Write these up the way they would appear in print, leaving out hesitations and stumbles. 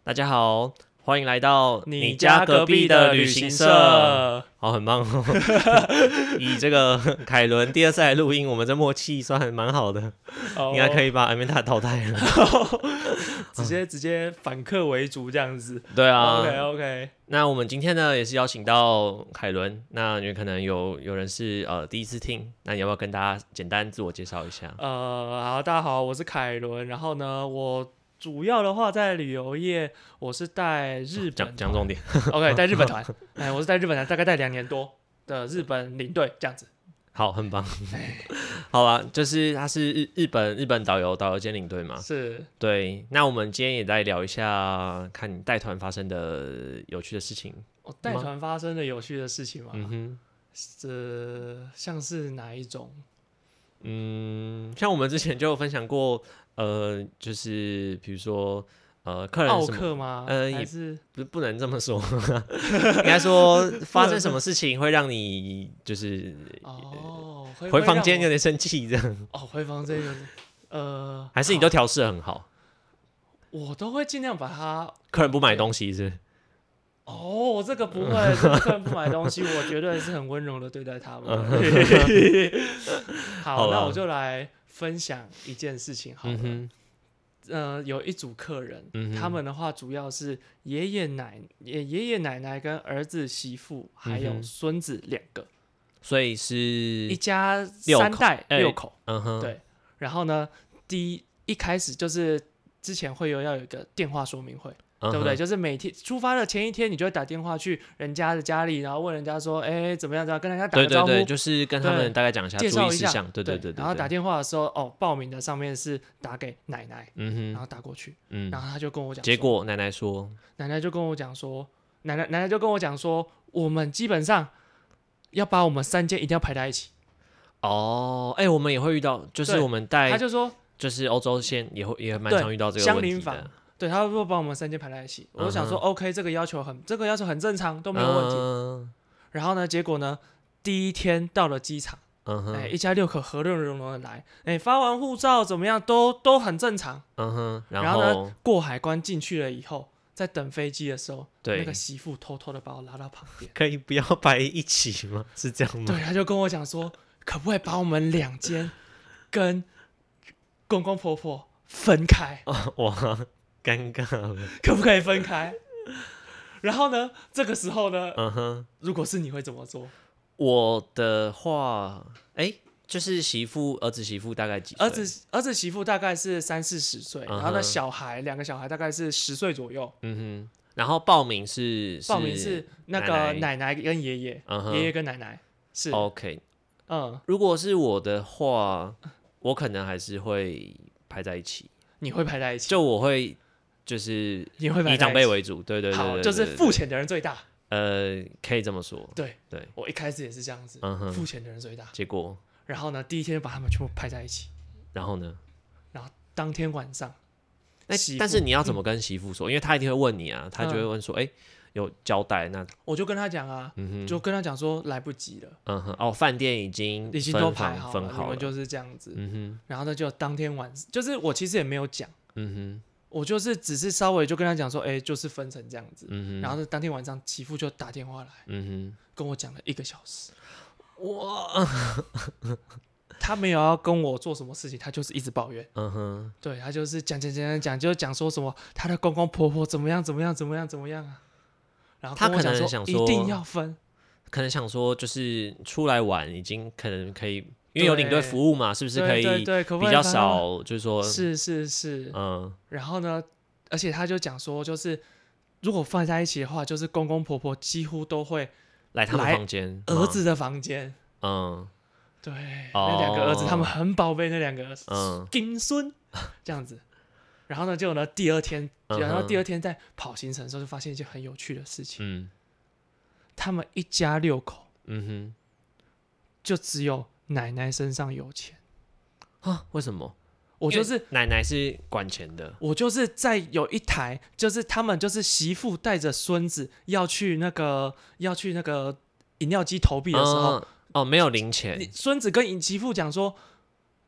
大家好，欢迎来到你家隔壁的旅行社。 好，很棒哦。以这个凯伦第二次来录音，我们这默契算蛮好的，应该可以把阿曼达淘汰了。 直接反客为主这样子。 对啊 ，OK。 那我们今天呢也是邀请到凯伦，那因为可能有人是第一次听，那你要不要跟大家简单自我介绍一下？ 好，大家好，我是凯伦。然后呢，我主要的话在旅游业，我是带日本讲重点。 OK， 带日本团。我是带日本团，大概带2年多的日本领队这样子。 好，很棒。好啦，就是他是日本导游兼领队嘛。 是。对。 那我们今天也来聊一下，看你带团发生的有趣的事情。 带团发生的有趣的事情吗？像是哪一种？ 像我们之前就有分享过，就是比如说，客人奥客吗？还是不能这么说，应该说发生什么事情会让你就是回房间有点生气这样。 回房间有点还是你都调试很好？ 我都会尽量把它。 客人不买东西是？ 这个不会，客人不买东西，我绝对是很温柔的对待他们。好，那我就来分享一件事情好了。有一组客人，他们的话主要是爷爷奶奶跟儿子媳妇还有孙子2个， 所以是一家3代6口。对。然后呢，一开始就是之前要有一个电话说明会。对不对？就是每天出发的前一天，你就会打电话去人家的家里，然后问人家说，怎么样？跟人家打个招呼。 对，就是跟他们大概讲一下， 介绍一下。 对。 然后打电话的时候，报名的上面是打给奶奶，然后打过去，然后他就跟我讲， 结果奶奶就跟我讲说，奶奶就跟我讲说，我们基本上要把我们3间一定要排在一起。 我们也会遇到，就是我们带， 他就说， 就是欧洲线也蛮常遇到这个问题的。 对，他会把我们3间排在一起。我就想说 ，OK， 这个要求很正常，都没有问题。然后呢，结果呢，第一天到了机场，一家6口和乐融融的来，发完护照怎么样，都很正常。然后呢，过海关进去了以后，在等飞机的时候，那个媳妇偷偷的把我拉到旁边。 可以不要摆一起吗？是这样吗？ 对，他就跟我讲说，可不可以把我们2间跟公公婆婆分开？ 哇！尴尬了， 可不可以分开？然后呢，这个时候呢，如果是你会怎么做？ 我的话，就是儿子媳妇大概几岁？ 儿子媳妇大概是30-40岁，然后呢，2个小孩大概是10岁左右。 然后报名是那个奶奶跟爷爷，爷爷跟奶奶是 OK。如果是我的话，我可能还是会排在一起。 你会排在一起？ 就我会。就是以长辈为主，对， 好，就是付钱的人最大。 可以这么说。 对，我一开始也是这样子，付钱的人最大。 结果， 然后呢，第一天把他们全部排在一起。 然后呢？ 然后当天晚上， 但是你要怎么跟媳妇说？因为他一定会问你啊，他就会问说，有交代那我就跟他讲啊，就跟他讲说来不及了。 饭店已经都排好了， 你们就是这样子。然后呢，就当天晚上，就是我其实也没有讲。我就是只是稍微就跟他讲说，就是分成这样子。然后当天晚上媳妇就打电话来，跟我讲了1个小时。哇！他没有要跟我做什么事情，他就是一直抱怨。对，他就是讲，就讲说什么他的公公婆婆怎么样啊。然后他可能想说一定要分， 可能想说就是出来玩已经可能可以。因为有领队服务嘛，是不是可以比较少？就是说， 是，然后呢，而且他就讲说，就是如果放在一起的话，就是公公婆婆几乎都会来他们房间， 儿子的房间。对，那2个儿子，他们很宝贝那2个儿子，金孙这样子。然后呢，结果呢，第二天在跑行程的时候，就发现一件很有趣的事情。他们一家6口，就只有奶奶身上有钱为什么？ 我就是奶奶是管钱的。 我就是在有一台，就是他们就是媳妇带着孙子要去那个饮料机投币的时候， 没有零钱。 孙子跟媳妇讲说，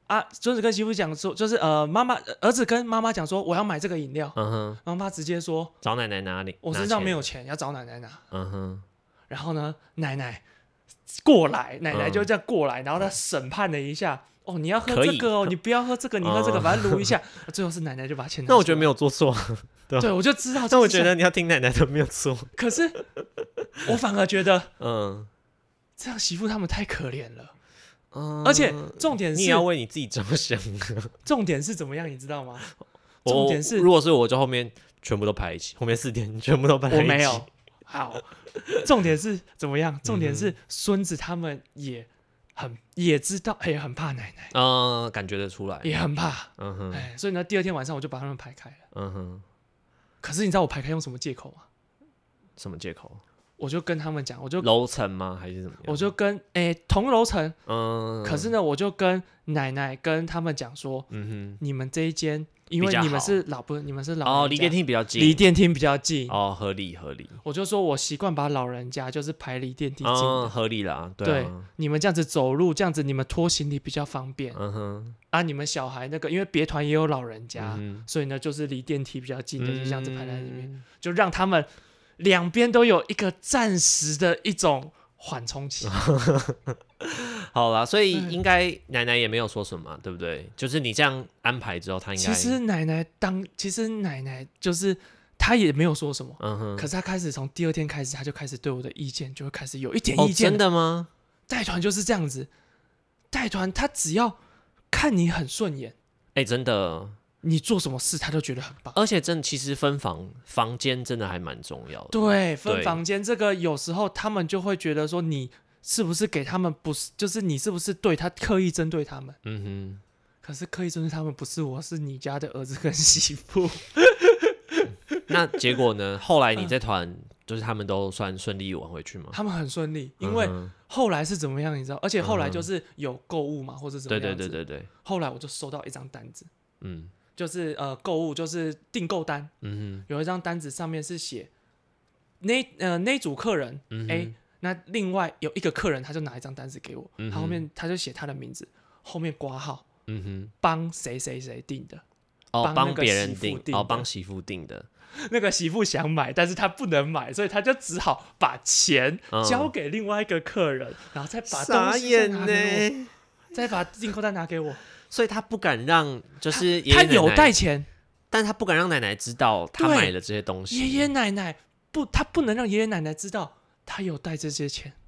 孙子跟媳妇讲说，就是儿子跟妈妈讲说我要买这个饮料，妈妈直接说找奶奶哪里？ 我身上没有钱，要找奶奶拿。然后呢，奶奶就这样过来，然后他审判了一下。哦，你要喝这个哦，你不要喝这个，你喝这个，把它撸一下。最后是奶奶就把钱拿出来。 那我觉得没有做错， 对，我就知道。 但我觉得你要听奶奶的没有错。 可是我反而觉得，这样媳妇他们太可怜了。而且重点是， 你也要为你自己着想。 重点是怎么样，你知道吗？重点是， 如果是我，就后面全部都排一起，后面4天全部都排一起。 我没有。好，重点是怎么样？重点是孙子他们也知道，也很怕奶奶， 感觉得出来， 也很怕，所以呢，第2天晚上我就把他们排开了，可是你知道我排开用什么借口吗？ 什么借口？ 我就跟他们讲， 楼层吗？还是怎么样？ 我就跟同楼层，可是呢，我就跟奶奶跟他们讲说，你们这一间。因为你们是你们是老人家， 离电梯比较近， 离电梯比较近， 合理。 我就说我习惯把老人家就是排离电梯近的， 合理啦， 对，你们这样子走路，这样子你们拖行李比较方便，你们小孩那个，因为别团也有老人家，所以呢就是离电梯比较近的，就这样子排在里面，就让他们两边都有一个暂时的一种缓冲期。 好啦，所以应该奶奶也没有说什么，对不对？就是你这样安排之后，她应该其实奶奶就是她也没有说什么，可是她开始从第2天开始，她就开始对我的意见就会开始有一点意见。 真的吗？ 带团就是这样子，带团他只要看你很顺眼， 真的， 你做什么事他都觉得很棒。 而且其实分房间真的还蛮重要的。 对，分房间这个有时候他们就会觉得说你是不是给他们不是，就是你是不是对他刻意针对他们？可是刻意针对他们不是我，是你家的儿子跟媳妇。 那结果呢？后来你这团就是他们都算顺利玩回去吗？ 他们很顺利，因为后来是怎么样，你知道？而且后来就是有购物嘛，或者怎么样子。对。后来我就收到一张单子，就是购物就是订购单，有一张单子上面是写那组客人A。那另外有一个客人，他就拿一张单子给我，他后面他就写他的名字，后面括号，帮谁谁谁订的， 帮别人订，帮媳妇订的。 那个媳妇想买，但是他不能买，所以他就只好把钱交给另外一个客人，然后再把东西再拿给我，再把订购单拿给我。 所以他不敢让，就是爷爷奶奶他有带钱， 但他不敢让奶奶知道他买了这些东西。 爷爷奶奶他不能让爷爷奶奶知道。他有带这些钱，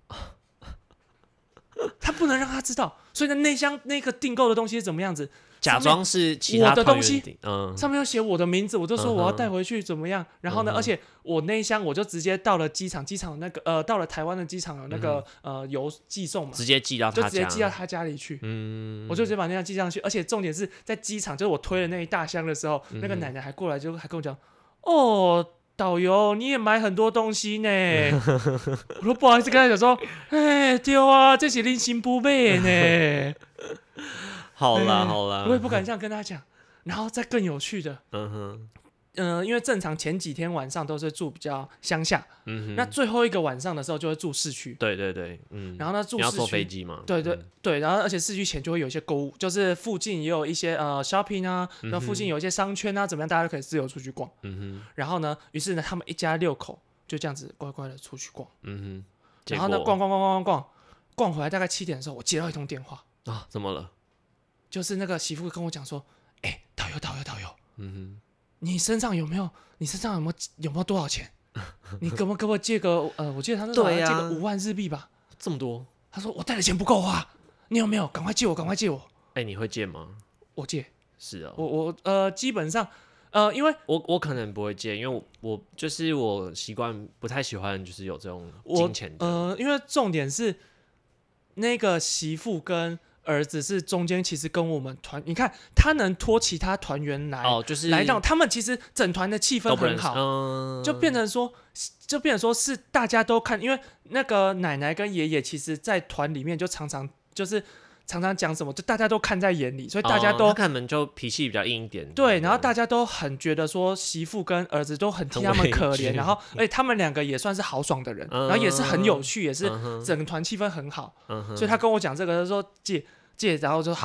他不能让他知道，所以那箱那个订购的东西是怎么样子？ 假装是其他我的东西，上面有写我的名字，我就说我要带回去怎么样？然后呢，而且我那一箱我就直接到了机场那个到了台湾的机场有那个邮寄送嘛， 直接寄到他家， 就直接寄到他家里去。我就直接把那箱寄上去，而且重点是在机场，就是我推了那一大箱的时候，那个奶奶还过来就还跟我讲，导游，你也买很多东西呢。我说不好意思，跟他讲说，对啊，这是恁新妇买呢。 好啦， 我也不敢这样跟他讲。然后再更有趣的，因为正常前几天晚上都是住比较乡下，那最后一个晚上的时候就会住市区。 对， 然后呢住市区， 你要坐飞机嘛？ 对，然后而且市区前就会有一些购物，就是附近也有一些shopping 啊，然后附近有一些商圈啊，怎么样，大家都可以自由出去逛。然后呢，于是呢，他们一家6口就这样子乖乖的出去逛。然后呢，逛回来大概7点的时候，我接到一通电话啊，怎么了？ 就是那个媳妇跟我讲说，导游，你身上有没有多少钱？你可不可以借个我记得他那时候借个5万日币吧， 这么多？ 他说我带的钱不够花，你有没有？赶快借我。 你会借吗？ 我借。 是啊， 我基本上因为我可能不会借，因为我就是我习惯不太喜欢就是有这种金钱的。 因为重点是那个媳妇跟儿子是中间，其实跟我们团，你看他能拖其他团员来， 就是来让他们其实整团的气氛很好，就变成说是大家都看，因为那个奶奶跟爷爷其实在团里面就常常讲什么，就大家都看在眼里，所以大家都可能就脾气比较硬一点， 对，然后大家都很觉得说媳妇跟儿子都很替他们可怜，然后他们2个也算是豪爽的人，然后也是很有趣，也是整个团气氛很好，所以他跟我讲这个，他说借，然后就好，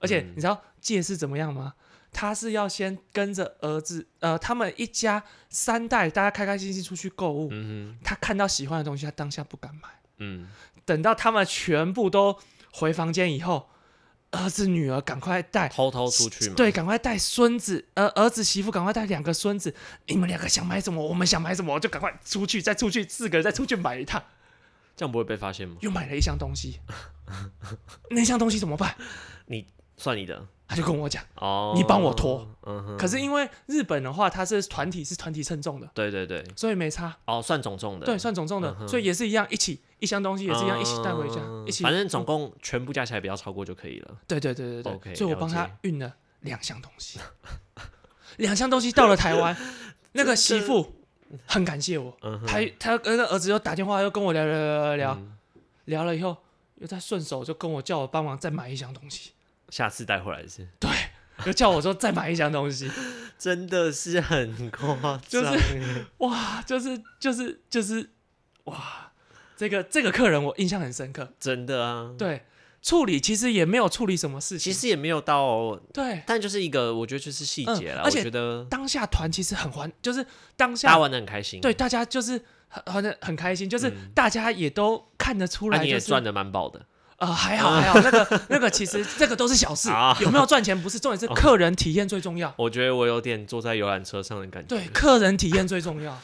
而且你知道借是怎么样吗？他是要先跟着儿子，他们一家3代，大家开开心心出去购物。他看到喜欢的东西，他当下不敢买。等到他们全部都回房间以后，儿子女儿赶快带， 偷出去嘛。 对，赶快带孙子，儿子媳妇赶快带2个孙子。你们2个想买什么，我们想买什么，就赶快出去，再出去4个人再出去买一趟。 这样不会被发现吗？ 又买了一箱东西，那箱东西怎么办？ 你算你的。 他就跟我讲，你帮我拖。可是因为日本的话，它是团体称重的， 对， 所以没差。 算总重的， 对，算总重的，所以也是一样，一箱东西也是一样，一起带回家，一起， 反正总共全部加起来不要超过就可以了。 对， okay, 所以我帮他运了2箱东西，2箱东西到了台湾，那个媳妇很感谢我，他那个儿子又打电话又跟我聊了以后，又再顺手就叫我帮忙再买1箱东西。 下次带回来是？ 对，就叫我说再买1箱东西， 真的是很夸张， 就是哇，就是哇，这个客人我印象很深刻， 真的啊。 对，处理其实也没有处理什么事情， 其实也没有到对， 但就是一个我觉得就是细节啦， 而且我觉得当下团其实就是当下大家玩得很开心， 对，大家就是很开心，就是大家也都看得出来， 你也赚得蛮饱的。 还好，那个其实这个都是小事，有没有赚钱不是重点，是客人体验最重要。 我觉得我有点坐在游览车上的感觉。 对，客人体验最重要。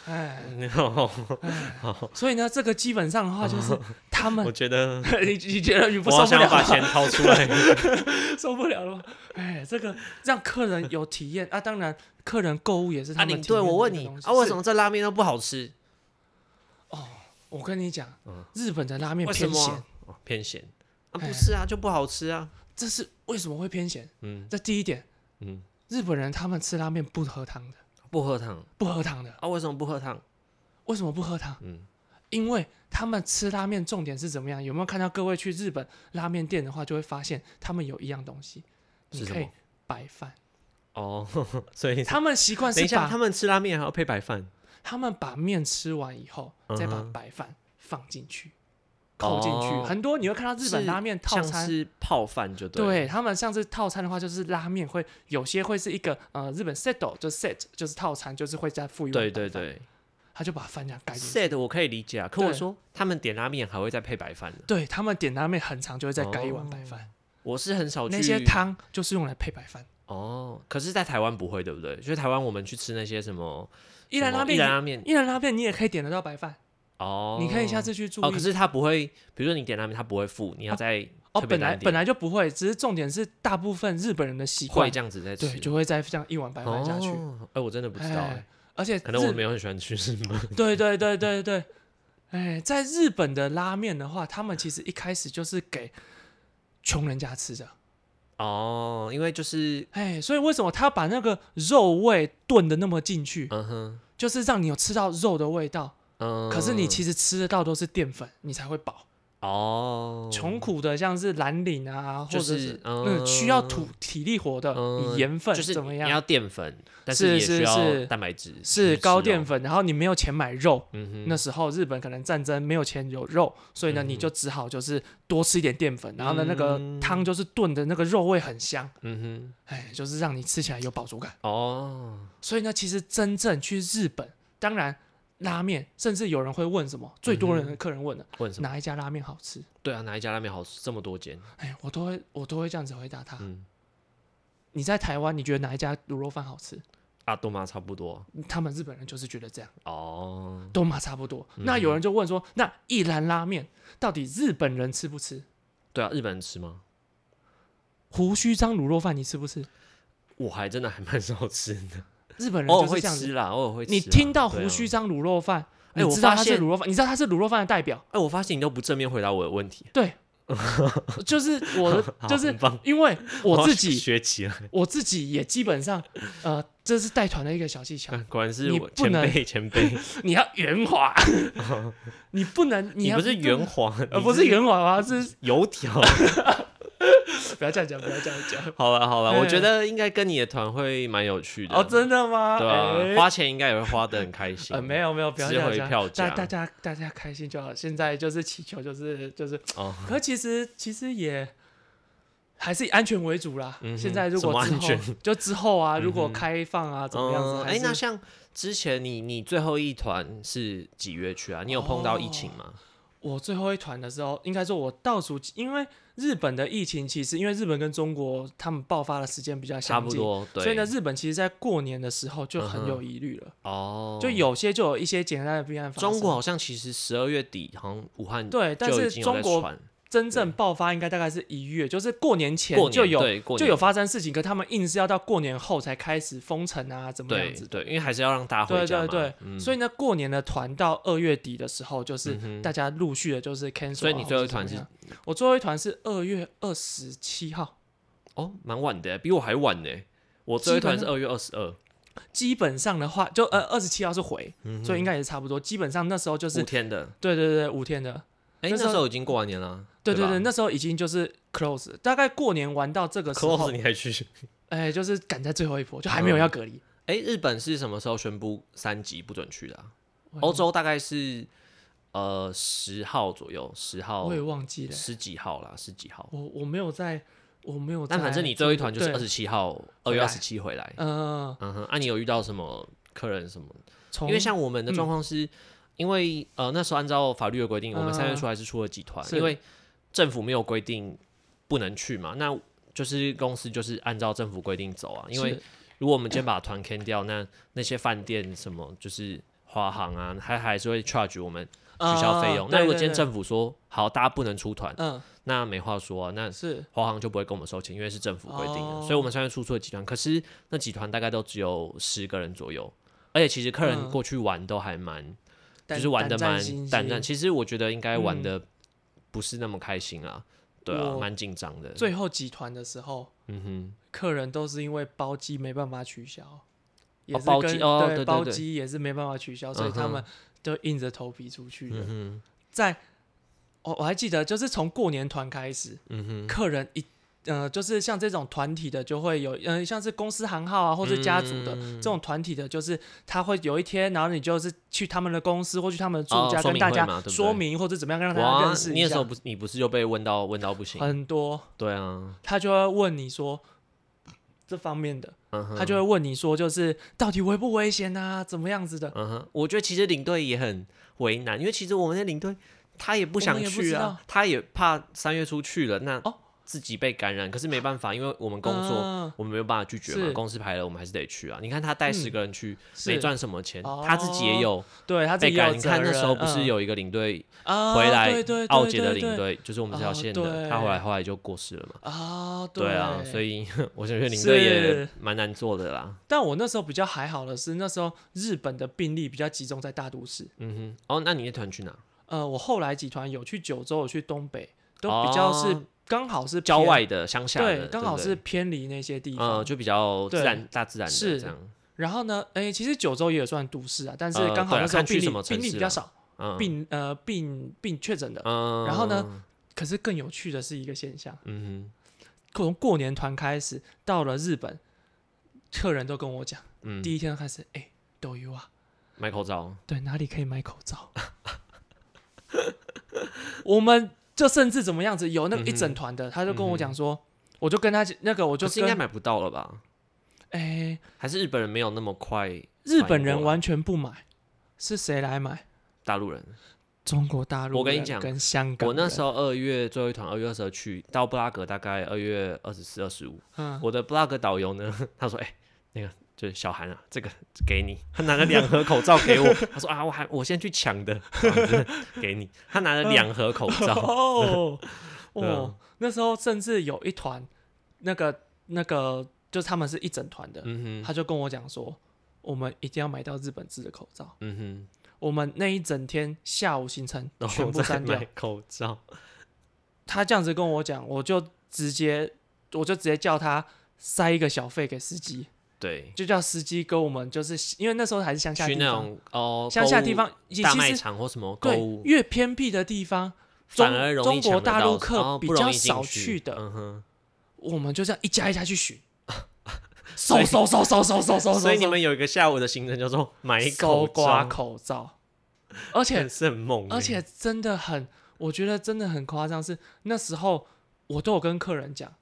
所以呢，这个基本上的话就是他们， 我觉得你觉得你不受不了， 我想要把钱掏出来， 受不了了吗？这个让客人有体验啊，当然客人购物也是他们体验的东西。对， 我问你为什么这拉面都不好吃？ 我跟你讲，日本的拉面偏咸， 偏咸。不是啊，就不好吃啊。 这是为什么会偏咸？这第一点。日本人他们吃拉面不喝汤的。 不喝汤的为什么不喝汤？ 为什么不喝汤？因为他们吃拉面重点是怎么样？有没有看到各位去日本拉面店的话，就会发现他们有一样东西，你可以白饭。 所以他们习惯是等一下，他们吃拉面还要配白饭。 他们把面吃完以后，再把白饭放进去。扣进去，很多你会看到日本拉面套餐像是泡饭就对。 对，他们像是套餐的话，就是拉面会有些会是一个日本 set 就是 set 就是套餐，就是会再附一碗白饭。对，他就把饭这样盖进去。 set 我可以理解啊，可我说他们点拉面还会再配白饭的。 对，他们点拉面很常就会再盖一碗白饭。 我是很少去， 那些汤就是用来配白饭。 可是在台湾不会，对不对？就是台湾我们去吃那些什么一兰拉面，你也可以点得到白饭。你可以下次去注意。 可是他不会，比如说你点拉面，他不会付，你要再本来就不会，只是重点是大部分日本人的习惯会这样子在吃， 对，就会再这样一碗白饭下去。 我真的不知道， 而且可能我没有很喜欢吃什么。 对，在日本的拉面的话，他们其实一开始就是给穷人家吃的。 因为就是所以为什么他把那个肉味炖的那么进去？就是让你有吃到肉的味道。可是你其实吃得到都是淀粉，你才会饱。穷苦的像是蓝领啊，或者是需要体力活的，你盐分怎么样？ 你要淀粉，但是也需要蛋白质， 是高淀粉。然后你没有钱买肉，那时候日本可能战争没有钱有肉，所以呢你就只好就是多吃一点淀粉。然后呢那个汤就是炖的那个肉味很香，就是让你吃起来有饱足感。所以呢其实真正去日本，当然。拉面，甚至有人会问什么？最多人的客人问了， 问什么？ 哪一家拉面好吃？ 对啊，哪一家拉面好吃？这么多间， 我都会这样子回答他。你在台湾，你觉得哪一家卤肉饭好吃？ 都嘛差不多。 他们日本人就是觉得这样。都嘛差不多。那有人就问说，那一兰拉面到底日本人吃不吃？ 对啊，日本人吃吗？ 胡须章卤肉饭你吃不吃？ 我还真的还蛮少吃的。 日本人就是这样子， 偶尔会吃。 你听到胡须章卤肉饭，你知道他是卤肉饭，你知道他是卤肉饭的代表。 我发现你都不正面回答我的问题。 对，就是我的，就是因为我自己学起来， 我自己也基本上，这是带团的一个小技巧。 果然是我前辈， 你要圆滑，你不能， 你不是圆滑， 不是圆滑吗？是油条。 不要这样讲，不要这样讲。 好了，我觉得应该跟你的团会蛮有趣的。 真的吗？ 对啊，花钱应该也会花得很开心。 没有，不要这样讲。 大家开心就好。现在就是祈求，就是。可其实也， 还是以安全为主啦。现在如果之后啊，如果开放啊，怎么样子？ 那像之前你最后一团是几月去啊？你有碰到疫情吗？ 我最后一团的时候，应该说我倒数，因为日本的疫情其实因为日本跟中国他们爆发的时间比较相近，差不多，对，所以呢，日本其实在过年的时候就很有疑虑了。就有一些简单的病案发生。 中国好像其实12月底好像武汉对，但是中国真正爆发应该大概是1月，就是过年前就有发生事情，可他们硬是要到过年后才开始封城啊，怎么样子？ 对，因为还是要让大家回家嘛。 对，所以呢，过年的团到2月底的时候，就是大家陆续的就是 cancel。 所以你最后一团是？ 我最后一团是2月27号。 哦，蛮晚的，比我还晚呢。我最后一团是2月22。 基本上的话，就27号是回，所以应该也是差不多。基本上那时候就是 5天的。 对，5天的。 那时候已经过完年了。 对，那时候已经就是 close， 大概过年玩到这个时候 close 你还去？ 就是赶在最后一波，就还没有要隔离。 日本是什么时候宣布3级不准去的？欧洲大概是10号左右，10号我也忘记了 ，10几号啦，10几号。 我没有在。 但反正你最后一团就是27号，2月27回来。你有遇到什么客人什么？因为像我们的状况是。因为那时候按照法律的规定，我们3月初还是出了几团，因为政府没有规定不能去嘛，那就是公司就是按照政府规定走啊。因为如果我们今天把团 cancel 掉，那些饭店什么就是华航啊，还是会 charge 我们取消费用。那如果今天政府说好大家不能出团，那没话说啊，那华航就不会跟我们收钱，因为是政府规定的。所以我们3月初出了几团，可是那几团大概都只有10个人左右，而且其实客人过去玩都还蛮。就是玩的蛮胆战，其实我觉得应该玩的不是那么开心啊，对啊，蛮紧张的。 最后几团的时候，客人都是因为包机没办法取消，也是对包机也是没办法取消，所以他们就硬着头皮出去了。我还记得，就是从过年团开始，客人就是像这种团体的就会有，像是公司行号啊，或是家族的这种团体的，就是他会有一天，然后你就是去他们的公司或去他们的住家，跟大家说明或者怎么样，让大家认识一下。 你那时候你不是就被问到不行？ 很多。 对啊。 他就会问你说这方面的，他就会问你说，就是到底危不危险啊，怎么样子的？ 我觉得其实领队也很为难，因为其实我们的领队他也不想去啊，他也怕3月初去了那。自己被感染，可是没办法，因为我们工作，我们没有办法拒绝嘛。公司排了，我们还是得去啊。你看他带10个人去，没赚什么钱，他自己也有被感染。你看那时候不是有一个领队回来，奥捷的领队，就是我们这条线的，他后来就过世了嘛。对啊，所以我觉得领队也蛮难做的啦。 但我那时候比较还好的是，那时候日本的病例比较集中在大都市。 那你那团去哪？ 我后来几团有去九州，有去东北，都比较是。刚好是郊外的乡下的， 对，刚好是偏离那些地方， 就比较大自然的这样。 然后呢，其实九州也算都市啊，但是刚好那时候病例比较少，病确诊的。然后呢，可是更有趣的是一个现象，从过年团开始到了日本，客人都跟我讲，第一天开始，都有啊， 买口罩， 对，哪里可以买口罩？我们。就甚至怎么样子，有那个一整团的，他就跟我讲说，我就跟他那个，我就应该买不到了吧？还是日本人没有那么快？ 日本人完全不买，是谁来买？ 大陆人， 中国大陆人。 我跟你讲， 跟香港。 我那时候2月最后一团2月22去到布拉格，大概2月24、25。我的布拉格导游呢，他说：“那个就是小韩啊，这个给你。”他拿了2盒口罩给我，他说：“我先去抢的，给你。”他拿了2盒口罩。 那时候甚至有一团，那个就是他们是一整团的，他就跟我讲说，我们一定要买到日本制的口罩。我们那一整天下午行程全部删掉口罩。 他这样子跟我讲，我就直接叫他塞一个小费给司机。 对， 就叫司机跟我们，就是因为那时候还是乡下地方， 去那种乡下地方， 大卖场或什么购物， 越偏僻的地方， 反而容易中国大陆客比较少去的，我们就这样一家一家去寻， 收。所以你们有一个下午的行程叫做买收刮口罩，而且是很猛， 而且真的很，我觉得真的很夸张，是那时候我都有跟客人讲，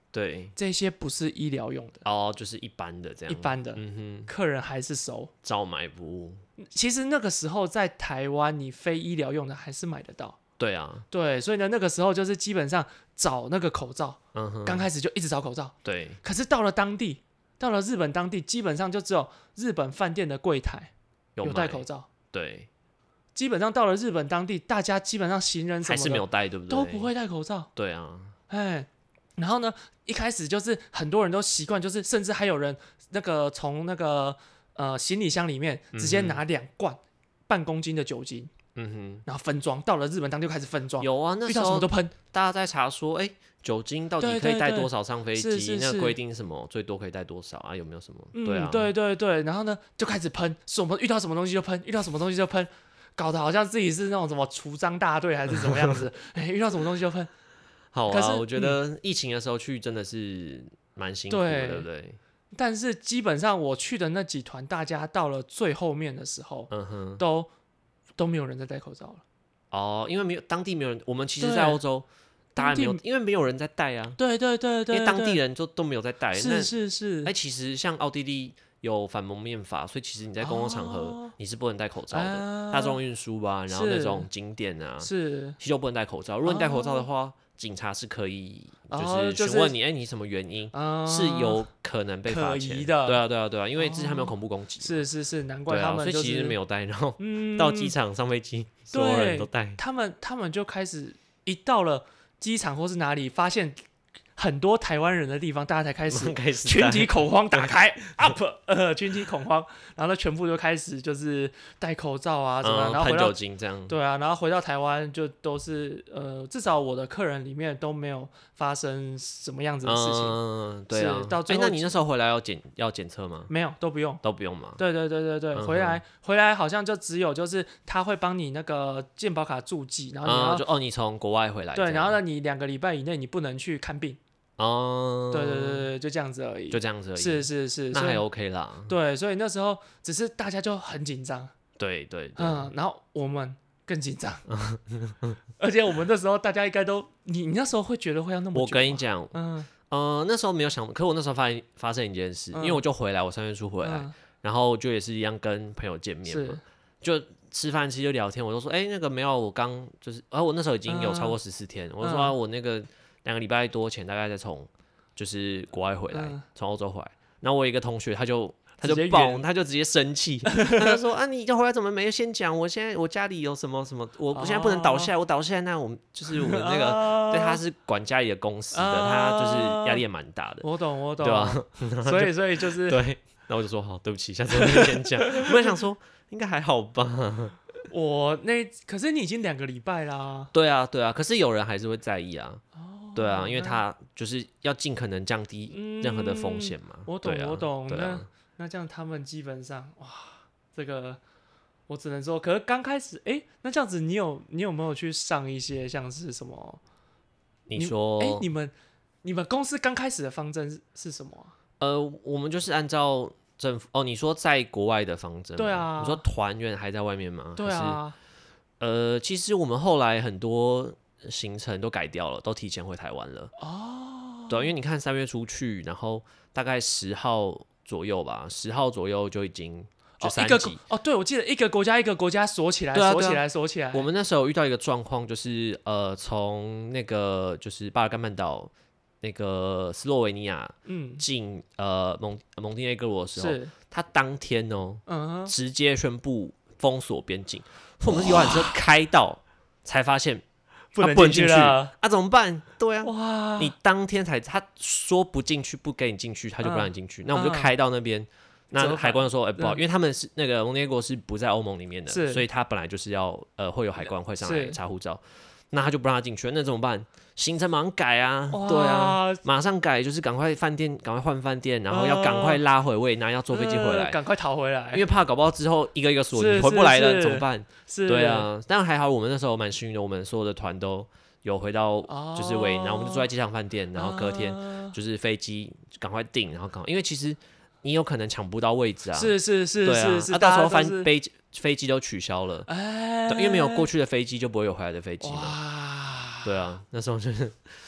对， 这些不是医疗用的就是一般的这样， 一般的，客人还是收， 照买不误。 其实那个时候在台湾，你非医疗用的还是买得到。 对啊， 对，所以呢，那个时候就是基本上找那个口罩，刚开始就一直找口罩。 对， 可是到了日本当地，基本上就只有日本饭店的柜台有戴口罩。 对， 基本上到了日本当地，大家基本上行人什么的还是没有戴，对不对？ 都不会戴口罩。 对啊， 然后呢，一开始就是很多人都习惯，就是甚至还有人那个从那个行李箱里面直接拿2罐半公斤的酒精。然后分装，到了日本当地就开始分装。 有啊，那时候遇到什么都喷。 大家在查说，酒精到底可以带多少上飞机？那个规定什么，最多可以带多少啊？有没有什么？对啊， 对。然后呢，就开始喷，什么遇到什么东西就喷，遇到什么东西就喷，搞得好像自己是那种什么除蟑大队还是怎么样子。遇到什么东西就喷。 好啊，我觉得疫情的时候去真的是蛮辛苦的，对不对？ 但是基本上我去的那几团，大家到了最后面的时候，都没有人在戴口罩了。因为当地没有人，我们其实，在欧洲，当然没有，因为没有人在戴啊。 对， 因为当地人都没有在戴。 是。 其实像奥地利有反蒙面法，所以其实你在公共场合你是不能戴口罩的。大众运输吧，然后那种景点啊，其实就不能戴口罩。如果你戴口罩的话，警察是可以就是询问你，你什么原因，是有可能被罚钱的。 对啊，因为之前还没有恐怖攻击。 是，难怪他们所以其实没有戴，然后到机场上飞机，所有人都戴。 他们就开始一到了机场或是哪里，发现很多台湾人的地方，大家才开始群体恐慌打开up， 群体恐慌，然后呢全部就开始就是戴口罩啊什么，然后喷酒精这样。 对啊，然后回到台湾就都是至少我的客人里面都没有发生什么样子的事情。 对啊。到最后，那你那时候回来要检测吗？ 没有，都不用嘛。 对，回来好像就只有就是他会帮你那个健保卡注记，然后你要你从国外回来。 对，然后呢你2个礼拜以内你不能去看病。对，就这样子而已。是， 那还 OK 啦。 对，所以那时候只是大家就很紧张。 对。 然后我们更紧张，而且我们那时候大家应该都，你那时候会觉得会要那么久吗？ 我跟你讲，那时候没有想，可我那时候发生一件事，因为我就回来，我3月初回来，然后就也是一样跟朋友见面嘛，就吃饭期就聊天，我就说，那个没有，我刚就是，我那时候已经有超过14天，我就说我那个2个礼拜多前大概在从就是国外回来，从欧洲回来，然后我有一个同学他就直接生气，他就说你回来怎么没先讲？我现在我家里有什么什么，我现在不能倒下来，我倒下来那我们就是我们那个，对，他是管家里的公司的，他就是压力也蛮大的。 我懂， 对吧？ 所以就是对，然后我就说好，对不起，下次我就先讲。我本想说应该还好吧。 可是你已经2个礼拜啦。 对啊，可是有人还是会在意啊。对啊，因为他就是要尽可能降低任何的风险嘛。 我懂。那这样他们基本上哇，这个我只能说，可是刚开始那这样子你有没有去上一些像是什么？ 你说你们公司刚开始的方针是什么我们就是按照政府你说在国外的方针， 对啊， 你说团员还在外面吗？ 对啊， 其实我们后来很多行程都改掉了，都提前回台湾了。对，因为你看3月初去，然后大概10号左右吧，10号左右就已经就3级。 对，我记得一个国家锁起来，锁起来。 我们那时候遇到一个状况，就是从那个就是巴尔干半岛那个斯洛维尼亚进蒙蒂内哥罗的时候，他当天直接宣布封锁边境，我们游览车开到才发现不能进去了怎么办？对啊，你当天他说不进去，不给你进去，他就不让你进去。那我们就开到那边，那海关就说不好，因为他们是那个蒙内哥是不在欧盟里面的，所以他本来就是要会有海关会上来查护照，那他就不让他进去，那怎么办？行程马上改啊，对啊，马上改，就是赶快换饭店，然后要赶快拉回维也纳，要坐飞机回来， 赶快逃回来， 因为怕搞不好之后一个一个锁你回不来了怎么办？对啊，但还好我们那时候蛮幸运的，我们所有的团都有回到就是维也纳，我们就住在机场饭店，然后隔天就是飞机赶快订，然后因为其实你有可能抢不到位置啊，是，到时候飞机都取消了，因为没有过去的飞机就不会有回来的飞机嘛。对啊，那时候就是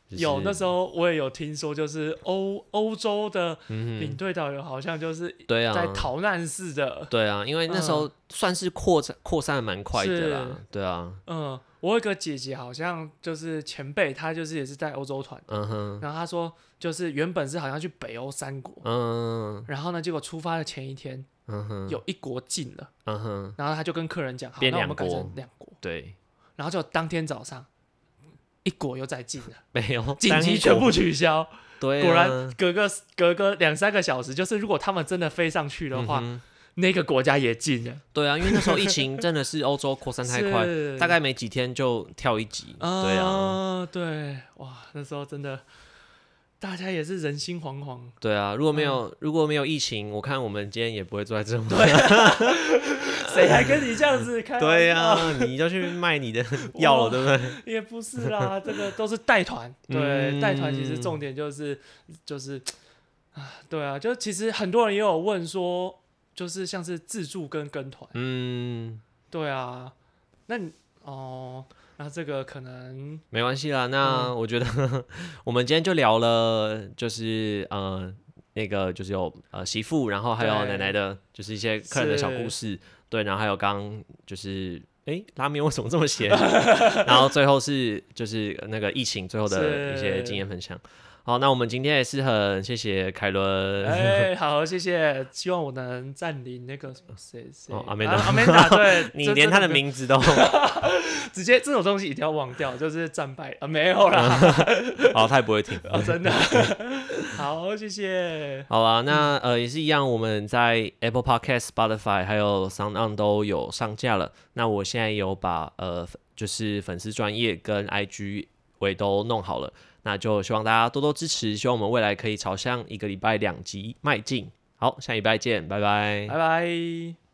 有那时候我也有听说，就是欧洲的领队导游好像就是在逃难似的。 对啊，因为那时候算是扩散蛮快的啦。对啊， 我有一个姐姐，好像就是前辈，她就是也是在欧洲团，然后她说就是原本是好像去北欧3国，然后呢，结果出发的前一天，有1国进了，然后她就跟客人讲，好，那我们改成2国， 对， 然后就当天早上。1国又再进了， 没有紧急全部取消。 对、啊， 果然隔个2-3个小时，就是如果他们真的飞上去的话，那个国家也进了。 对啊，因为那时候疫情真的是欧洲扩散太快，大概没几天就跳1级。对啊， 对，哇，那时候真的。大家也是人心惶惶。 对啊，如果没有疫情，我看我们今天也不会坐在这种。 对、啊，谁还跟你这样子开？ 对啊，你就去卖你的药了，对不对？ 也不是啦，这个都是带团。对，带团其实重点就是对啊，就其实很多人也有问说，就是像是自助跟跟团。对啊，那你那这个可能没关系啦。那我觉得我们今天就聊了，就是那个就是有媳妇，然后还有奶奶的，就是一些客人的小故事，对，然后还有刚就是拉面为什么这么咸，然后最后是就是那个疫情最后的一些经验分享。好，那我们今天也是很谢谢凯伦。 好，谢谢，希望我能占领那个谁阿美达， 对， 你连他的名字都直接这种东西一定要忘掉，就是战败没有啦。 好，他也不会听。 真的。好，谢谢。 好啦，那也是一样，我们在 Apple Podcast、Spotify 还有 SoundOn 都有上架了。那我现在有把就是粉丝专页跟 IG 我也都弄好了。那就希望大家多多支持，希望我们未来可以朝向1个礼拜2集迈进。好，下礼拜见，拜拜， 拜拜。